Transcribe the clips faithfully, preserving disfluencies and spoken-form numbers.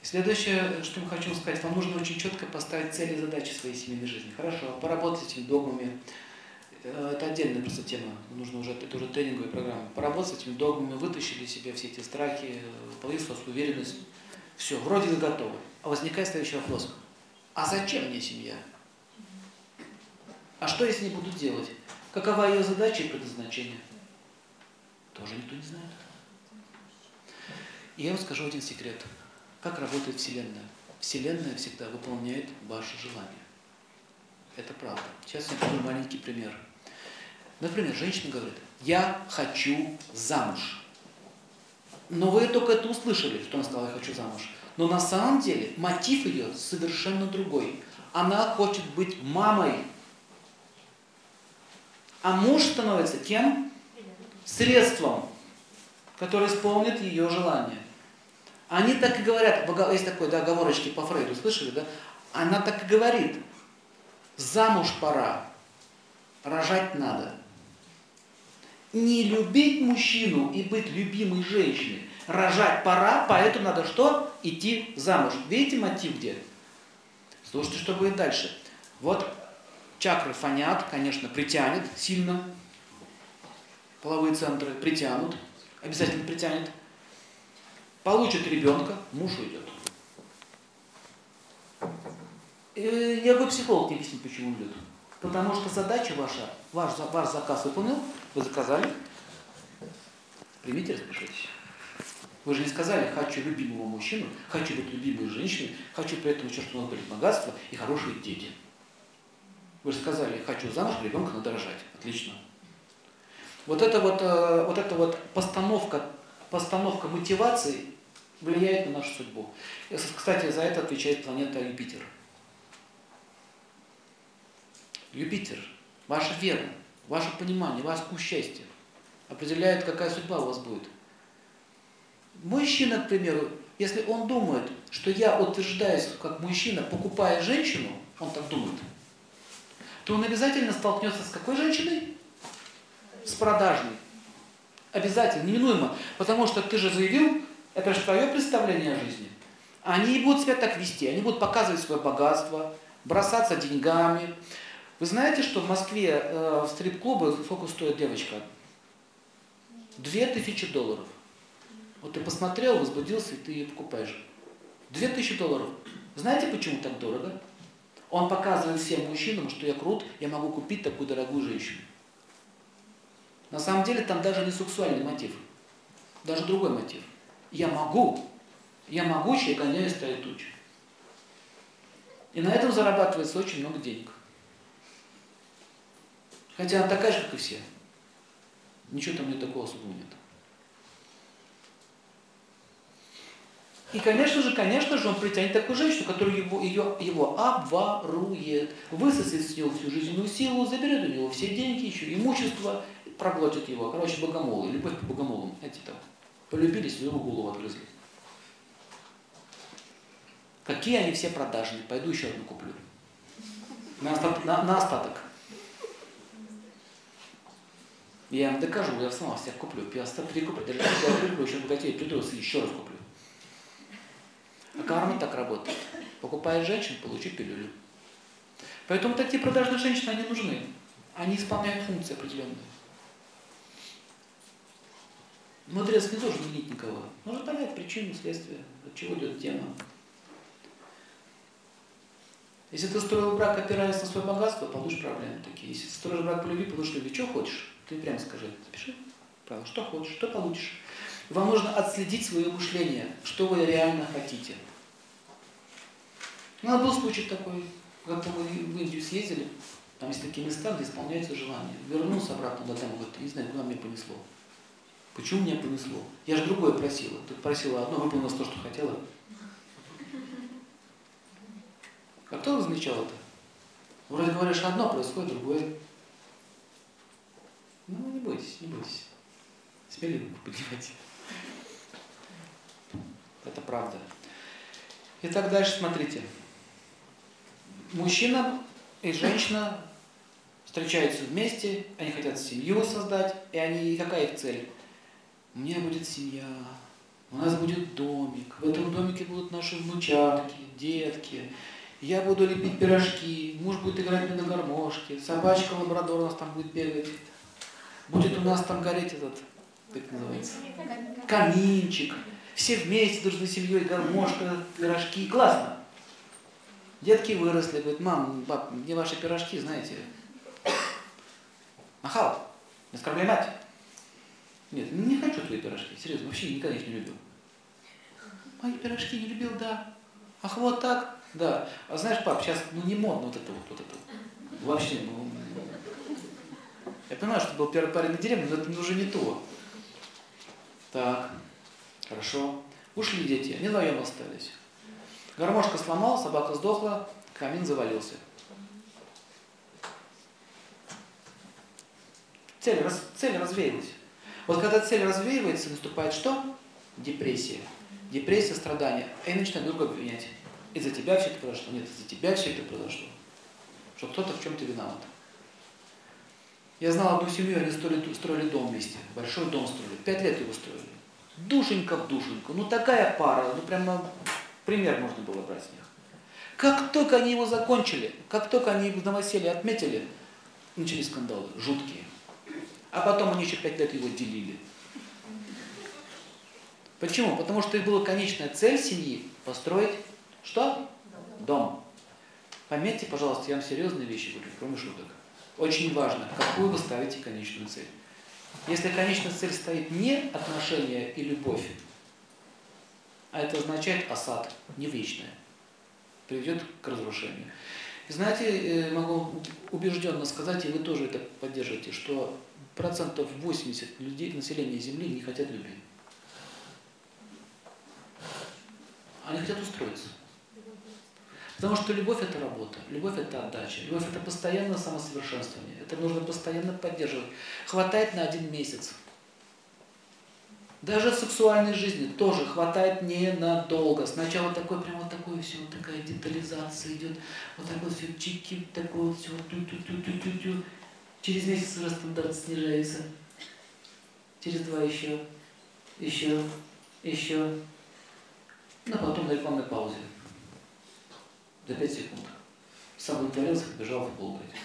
Следующее, что я хочу сказать, вам нужно очень четко поставить цели и задачи своей семейной жизни. Хорошо, поработать с этими догмами. Это отдельная просто тема, нужно уже, это уже тренинговая программа. Поработать с этими догмами, вытащили себе все эти страхи, повысилась уверенность. Все, вроде вы готовы. А возникает следующий вопрос. А зачем мне семья? А что я с ней буду делать? Какова ее задача и предназначение? Тоже никто не знает. И я вам скажу один секрет. Как работает Вселенная? Вселенная всегда выполняет ваши желания. Это правда. Сейчас я приведу маленький пример. Например, женщина говорит, я хочу замуж. Но вы только это услышали, что она сказала, я хочу замуж. Но на самом деле мотив ее совершенно другой. Она хочет быть мамой. А муж становится кем? Средством, которое исполнит ее желание. Они так и говорят, есть такой, да, оговорочки по Фрейду, слышали, да? Она так и говорит, замуж пора, рожать надо. Не любить мужчину и быть любимой женщиной. Рожать пора, поэтому надо что? Идти замуж. Видите мотив где? Слушайте, что будет дальше. Вот чакры фонят, конечно, притянет сильно. Половые центры притянут, обязательно притянет. Получит ребенка, муж уйдет. Я говорю, психолог не объяснит, почему уйдет. Потому что задача ваша, ваш, ваш заказ выполнил, вы заказали, примите, распишитесь. Вы же не сказали, хочу любимого мужчину, хочу быть любимой женщиной, хочу при этом еще, чтобы у нас были богатства и хорошие дети. Вы же сказали, хочу замуж, ребенка надо рожать. Отлично. Вот эта вот, вот, эта вот постановка, постановка мотивации влияет на нашу судьбу. Кстати, за это отвечает планета Юпитер. Юпитер, ваша вера, ваше понимание, ваш вкус счастья определяет, какая судьба у вас будет. Мужчина, к примеру, если он думает, что я утверждаюсь как мужчина, покупая женщину, он так думает, то он обязательно столкнется с какой женщиной? С продажной. Обязательно, неминуемо. Потому что ты же заявил, это же твое представление о жизни. Они будут себя так вести, они будут показывать свое богатство, бросаться деньгами. Вы знаете, что в Москве э, в стрип-клубах сколько стоит девочка? Две тысячи долларов. Вот ты посмотрел, возбудился, и ты ее покупаешь. Две тысячи долларов. Знаете, почему так дорого? Он показывает всем мужчинам, что я крут, я могу купить такую дорогую женщину. На самом деле там даже не сексуальный мотив. Даже другой мотив. Я могу. Я могучий, я гоняю стаю туч. И на этом зарабатывается очень много денег. Хотя она такая же, как и все. Ничего там нет такого особого нет. И, конечно же, конечно же, он притянет такую женщину, которая его, ее, его обворует, высосет с него всю жизненную силу, заберет у него все деньги, еще имущество, проглотит его. Короче, богомолы, любовь к богомолам. Эти там полюбились, его голову отгрызли. Какие они все продажные. Пойду еще одну куплю. На остаток. На, на остаток. Я им докажу, я сама всех куплю. Я три куплю, даже я куплю, еще богатею, приду, еще раз куплю. А карма так работает. Покупаешь женщин, получи пилюлю. Поэтому такие продажные женщины, они нужны. Они исполняют функции определенные. Мудрец не должен винить никого. Нужно понять причину, следствие, от чего идет тема. Если ты строил брак, опираясь на свое богатство, получишь проблемы такие. Если ты строишь брак по любви, получишь любви. Что хочешь? Ты прямо скажи. Запиши. Правда, что хочешь, что получишь. Вам нужно отследить свое мышление, что вы реально хотите. У нас был случай такой, когда мы в Индию съездили, там есть такие места, где исполняются желания. Вернулся обратно до дома, говорит, не знаю, куда меня понесло. Почему меня понесло? Я же другое просила. Ты просила одно, выполнилось то, что хотела. А кто различал это? Вроде говоришь одно, происходит другое. Ну, не бойтесь, не бойтесь. Смелее руку поднимайте. Это правда. Итак, дальше смотрите. Мужчина и женщина встречаются вместе, они хотят семью создать, и они, какая их цель? У меня будет семья, У нас будет домик, в этом домике будут наши внучатки, детки. Я буду лепить пирожки, муж будет играть мне на гармошке, собачка лабрадор у нас там будет бегать. Будет у нас там гореть этот, как называется, каминчик. Все вместе дружной семьей, гармошка, пирожки. Классно. Детки выросли, говорят, мам, пап, где ваши пирожки, знаете? Нахал, не оскорбляй мать. Нет, не хочу твои пирожки, серьезно, вообще никогда их не любил. Мои пирожки не любил, да. Ах, вот так, да. А знаешь, пап, сейчас ну, не модно вот это вот, вот это. Вообще, ну... Я понимаю, что был первый парень на деревне, но это уже не то. Так, хорошо. Ушли дети, они вдвоем остались. Гармошка сломал, собака сдохла, камин завалился. Цель, раз, цель развеялась. Вот когда цель развеивается, наступает что? Депрессия. Депрессия, страдания. И начинают друг друга обвинять. Из-за тебя все это произошло. Нет, из-за тебя все это произошло. Что кто-то в чем-то виноват. Я знал одну семью, они строили, строили дом вместе. Большой дом строили. Пять лет его строили. Душенька в душеньку. Ну такая пара. Ну прямо пример можно было брать с них. Как только они его закончили, как только они его новоселье отметили, начались скандалы. Жуткие. А потом они еще пять лет его делили. Почему? Потому что их была конечная цель семьи построить что? Дом. Пометьте, пожалуйста, я вам серьезные вещи говорю, кроме шуток. Очень важно, какую вы ставите конечную цель. Если конечная цель стоит не отношения и любовь, а это означает осад, не вечное, приведет к разрушению. И знаете, могу убежденно сказать, и вы тоже это поддержите, что процентов восемьдесят людей, населения Земли не хотят любви. Они хотят устроиться. Потому что любовь – это работа, любовь – это отдача, любовь – это постоянное самосовершенствование. Это нужно постоянно поддерживать. Хватает на один месяц. Даже в сексуальной жизни тоже хватает ненадолго. Сначала такой, прям вот такое все, вот такая детализация идет, вот так вот все чики, такое вот все, тю-тю-тю-тю-тю. Через месяц уже стандарт снижается. Через два еще, еще, еще. Ну, а потом на рекламной паузе. За пять секунд. Сам удовлетворился, побежал в футбол играть.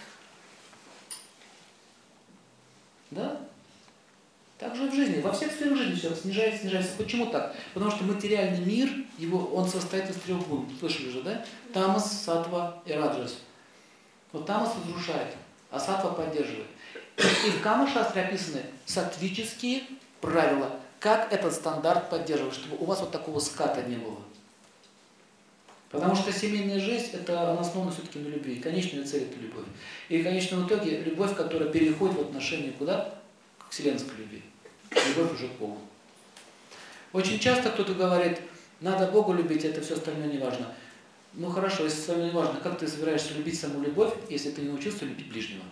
Да? Так же и в жизни. Во всех сферах жизни все снижается, снижается. Почему так? Потому что материальный мир, его, он состоит из трех гун. Слышали же, да? Тамас, саттва и раджас. Вот тамас разрушает, а саттва поддерживает. И в Кама-шастре описаны саттвические правила, как этот стандарт поддерживать, чтобы у вас вот такого ската не было. Потому что семейная жизнь, это она основана все-таки на любви. И конечная цель – это любовь. И в конечном итоге любовь, которая переходит в отношения куда? К вселенской любви. Любовь уже к Богу. Очень часто кто-то говорит, надо Богу любить, это все остальное не важно. Ну хорошо, если остальное не важно, как ты собираешься любить саму любовь, если ты не научился любить ближнего?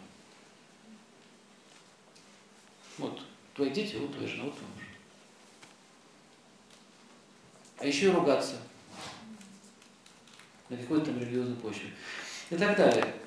Вот, твои дети, вот твоя жена, вот твой муж. А еще и ругаться на какой-то там религиозной почве. И так далее.